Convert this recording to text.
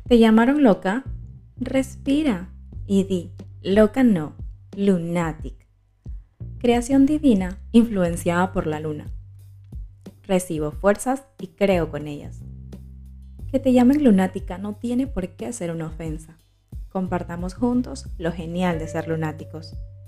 ¿Te llamaron loca? Respira y di, loca no, lunática. Creación divina influenciada por la luna. Recibo fuerzas y creo con ellas. Que te llamen lunática no tiene por qué ser una ofensa. Compartamos juntos lo genial de ser lunáticos.